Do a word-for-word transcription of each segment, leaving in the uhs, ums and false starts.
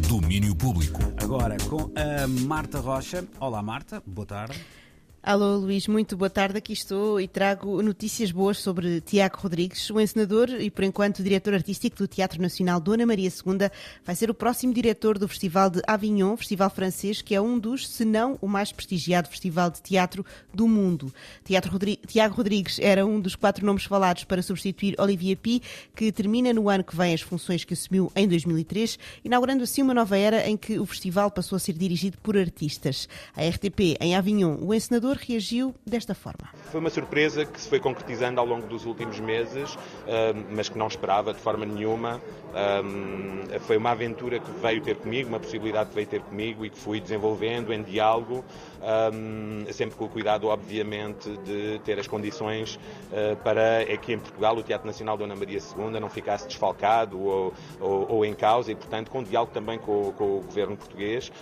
Domínio Público. Agora com a Marta Rocha. Olá Marta, boa tarde. Alô Luís, muito boa tarde, aqui estou e trago notícias boas sobre Tiago Rodrigues, o encenador e por enquanto diretor artístico do Teatro Nacional Dona Maria segunda, vai ser o próximo diretor do Festival de Avignon, festival francês, que é um dos, se não o mais prestigiado festival de teatro do mundo. Rodri- Tiago Rodrigues era um dos quatro nomes falados para substituir Olivier Py, que termina no ano que vem as funções que assumiu em dois mil e três, inaugurando assim uma nova era em que o festival passou a ser dirigido por artistas. A R T P, em Avignon, o encenador reagiu desta forma. Foi uma surpresa que se foi concretizando ao longo dos últimos meses, mas que não esperava de forma nenhuma. Foi uma aventura que veio ter comigo, uma possibilidade que veio ter comigo e que fui desenvolvendo em diálogo, sempre com o cuidado, obviamente, de ter as condições para que em Portugal o Teatro Nacional Dona Maria segunda não ficasse desfalcado ou, ou, ou em causa e, portanto, com diálogo também com, com o governo português,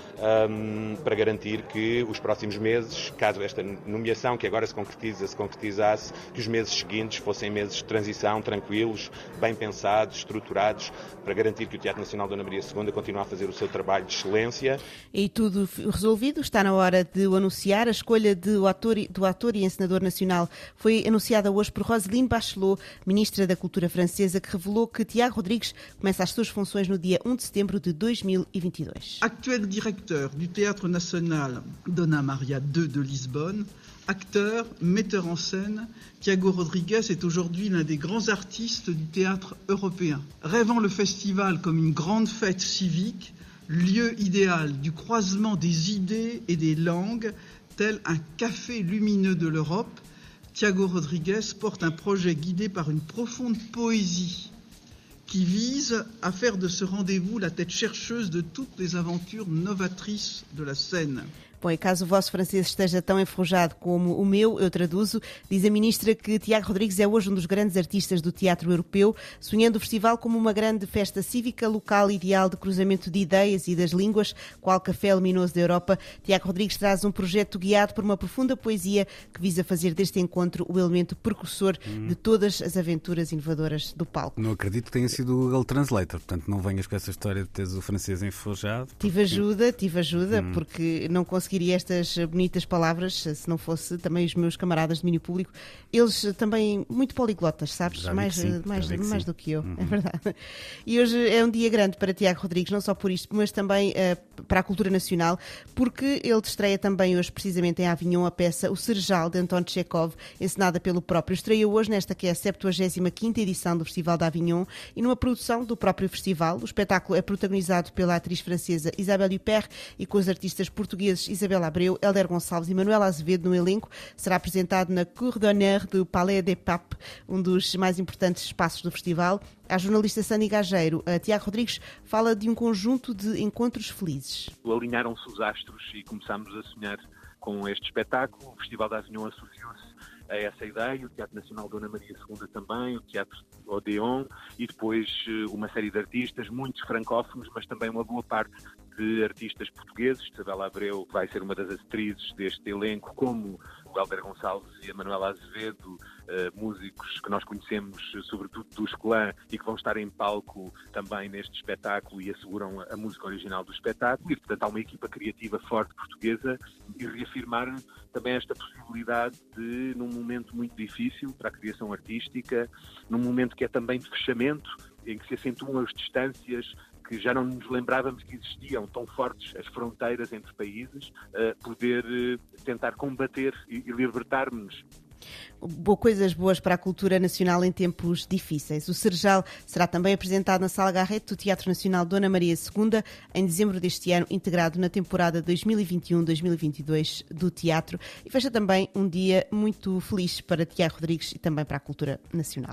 para garantir que os próximos meses, caso esta nomeação que agora se concretiza, se concretizasse, que os meses seguintes fossem meses de transição, tranquilos, bem pensados, estruturados, para garantir que o Teatro Nacional Dona Maria segunda continue a fazer o seu trabalho de excelência. E tudo resolvido, está na hora de o anunciar. A escolha do ator, do ator e encenador nacional foi anunciada hoje por Roselyne Bachelot, ministra da Cultura francesa, que revelou que Tiago Rodrigues começa as suas funções no dia um de setembro de dois mil e vinte e dois. Actuel directeur du Théâtre National Dona Maria deux de Lisbonne, acteur, metteur en scène, Tiago Rodrigues est aujourd'hui l'un des grands artistes du théâtre européen. Rêvant le festival comme une grande fête civique, lieu idéal du croisement des idées et des langues, tel un café lumineux de l'Europe, Tiago Rodrigues porte un projet guidé par une profonde poésie qui vise à faire de ce rendez-vous la tête chercheuse de toutes les aventures novatrices de la scène. Bom, e caso o vosso francês esteja tão enferrujado como o meu, eu traduzo, diz a ministra que Tiago Rodrigues é hoje um dos grandes artistas do teatro europeu, sonhando o festival como uma grande festa cívica local ideal de cruzamento de ideias e das línguas, qual café luminoso da Europa. Tiago Rodrigues traz um projeto guiado por uma profunda poesia que visa fazer deste encontro o elemento precursor hum. de todas as aventuras inovadoras do palco. Não acredito que tenha sido o Google Translator, portanto não venhas com essa história de teres o francês enferrujado. Porque... Tive ajuda, tive ajuda, hum. porque não consegui conseguiria estas bonitas palavras se não fosse também os meus camaradas de domínio público. Eles também muito poliglotas, sabes? Mais, sim, mais, mais do que eu, uhum. é verdade. E hoje é um dia grande para Tiago Rodrigues, não só por isto, mas também uh, para a cultura nacional, porque ele estreia também hoje, precisamente em Avignon, a peça O Serejal, de Anton Chekhov, encenada pelo próprio. Estreia hoje nesta que é a septuagésima quinta edição do Festival de Avignon e numa produção do próprio festival. O espetáculo é protagonizado pela atriz francesa Isabelle Huppert e com os artistas portugueses Isabel Abreu, Hélder Gonçalves e Manuela Azevedo no elenco. Será apresentado na Cour d'honneur do Palais des Papes, um dos mais importantes espaços do festival. A jornalista Sani Gageiro, a Tiago Rodrigues, fala de um conjunto de encontros felizes. Alinharam-se os astros e começámos a sonhar com este espetáculo. O Festival de Avignon associou-se a essa ideia, o Teatro Nacional Dona Maria segunda também, o Teatro Odeon e depois uma série de artistas, muitos francófonos, mas também uma boa parte de artistas portugueses. Isabel Abreu vai ser uma das atrizes deste elenco, como o Hélder Gonçalves e a Manuela Azevedo, uh, músicos que nós conhecemos sobretudo do Escolã e que vão estar em palco também neste espetáculo e asseguram a, a música original do espetáculo. E, portanto, há uma equipa criativa forte portuguesa e reafirmar também esta possibilidade de, num momento muito difícil para a criação artística, num momento que é também de fechamento, em que se acentuam as distâncias, que já não nos lembrávamos que existiam tão fortes as fronteiras entre países, uh, poder uh, tentar combater e, e libertar-nos. Boa, coisas boas para a cultura nacional em tempos difíceis. O Serejal será também apresentado na Sala Garrett do Teatro Nacional Dona Maria segunda, em dezembro deste ano, integrado na temporada dois mil e vinte e um dois mil e vinte e dois do teatro, e fecha também um dia muito feliz para Tiago Rodrigues e também para a cultura nacional.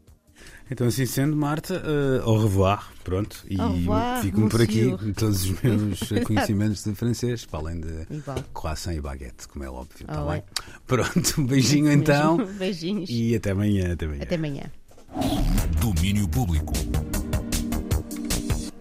Então, assim sendo, Marta, uh, au revoir, pronto, e fico-me por aqui todos os meus conhecimentos de francês, para além de Igual. croissant e baguete, como é óbvio, está oh, bem? É. Pronto, um beijinho então. Beijinhos. E até amanhã, até amanhã. Até amanhã. Domínio Público.